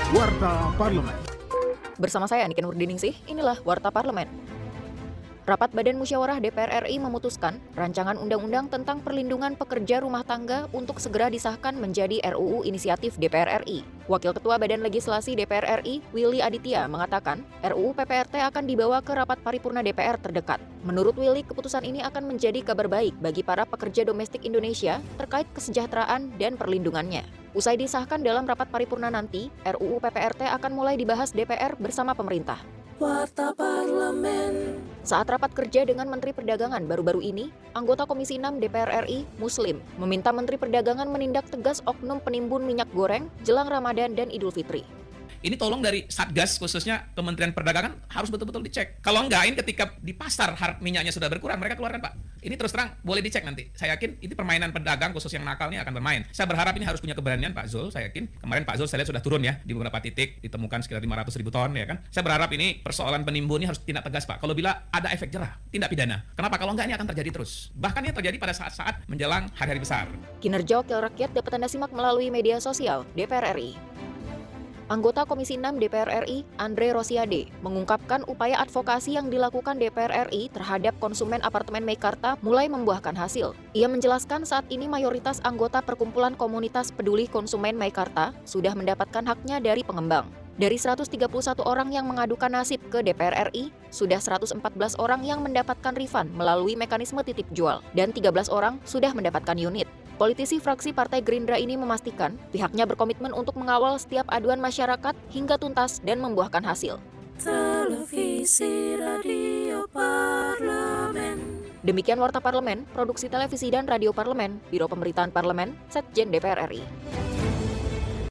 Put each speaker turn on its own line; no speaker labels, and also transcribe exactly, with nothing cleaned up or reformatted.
Warta Parlemen.
Bersama saya Niken Nurdiningsih, inilah Warta Parlemen. Rapat Badan Musyawarah D P R R I memutuskan rancangan undang-undang tentang perlindungan pekerja rumah tangga untuk segera disahkan menjadi R U U inisiatif D P R R I. Wakil Ketua Badan Legislasi D P R R I, Willy Aditya, mengatakan R U U P P R T akan dibawa ke rapat paripurna D P R terdekat. Menurut Willy, keputusan ini akan menjadi kabar baik bagi para pekerja domestik Indonesia terkait kesejahteraan dan perlindungannya. Usai disahkan dalam rapat paripurna nanti, R U U P P R T akan mulai dibahas D P R bersama pemerintah.
Warta Parlemen.
Saat rapat kerja dengan Menteri Perdagangan baru-baru ini, anggota Komisi enam D P R R I, Muslim, meminta Menteri Perdagangan menindak tegas oknum penimbun minyak goreng jelang Ramadan dan Idul Fitri.
Ini tolong dari Satgas, khususnya Kementerian Perdagangan, harus betul-betul dicek. Kalau enggak, ini ketika di pasar harga minyaknya sudah berkurang, mereka keluarkan, Pak. Ini terus terang boleh dicek nanti. Saya yakin ini permainan pedagang khusus yang nakal ini akan bermain. Saya berharap ini harus punya keberanian Pak Zul. Saya yakin kemarin Pak Zul saya lihat sudah turun ya di beberapa titik, ditemukan sekitar lima ratus ribu ton ya kan. Saya berharap ini persoalan penimbun ini harus tindak tegas Pak. Kalau bila ada efek jerah, tindak pidana. Kenapa? Kalau enggak ini akan terjadi terus. Bahkan ini terjadi pada saat-saat menjelang hari-hari besar.
Kinerja Wakil Rakyat dapat Anda simak melalui media sosial D P R R I. Anggota Komisi enam D P R R I, Andre Rosiade, mengungkapkan upaya advokasi yang dilakukan D P R R I terhadap konsumen apartemen Meikarta mulai membuahkan hasil. Ia menjelaskan saat ini mayoritas anggota Perkumpulan Komunitas Peduli Konsumen Meikarta sudah mendapatkan haknya dari pengembang. Dari seratus tiga puluh satu orang yang mengadukan nasib ke D P R R I, sudah seratus empat belas orang yang mendapatkan refund melalui mekanisme titip jual, dan tiga belas orang sudah mendapatkan unit. Politisi fraksi Partai Gerindra ini memastikan pihaknya berkomitmen untuk mengawal setiap aduan masyarakat hingga tuntas dan membuahkan hasil.
Televisi Radio Parlemen.
Demikian Warta Parlemen, Produksi Televisi dan Radio Parlemen, Biro Pemberitaan Parlemen, Setjen D P R R I.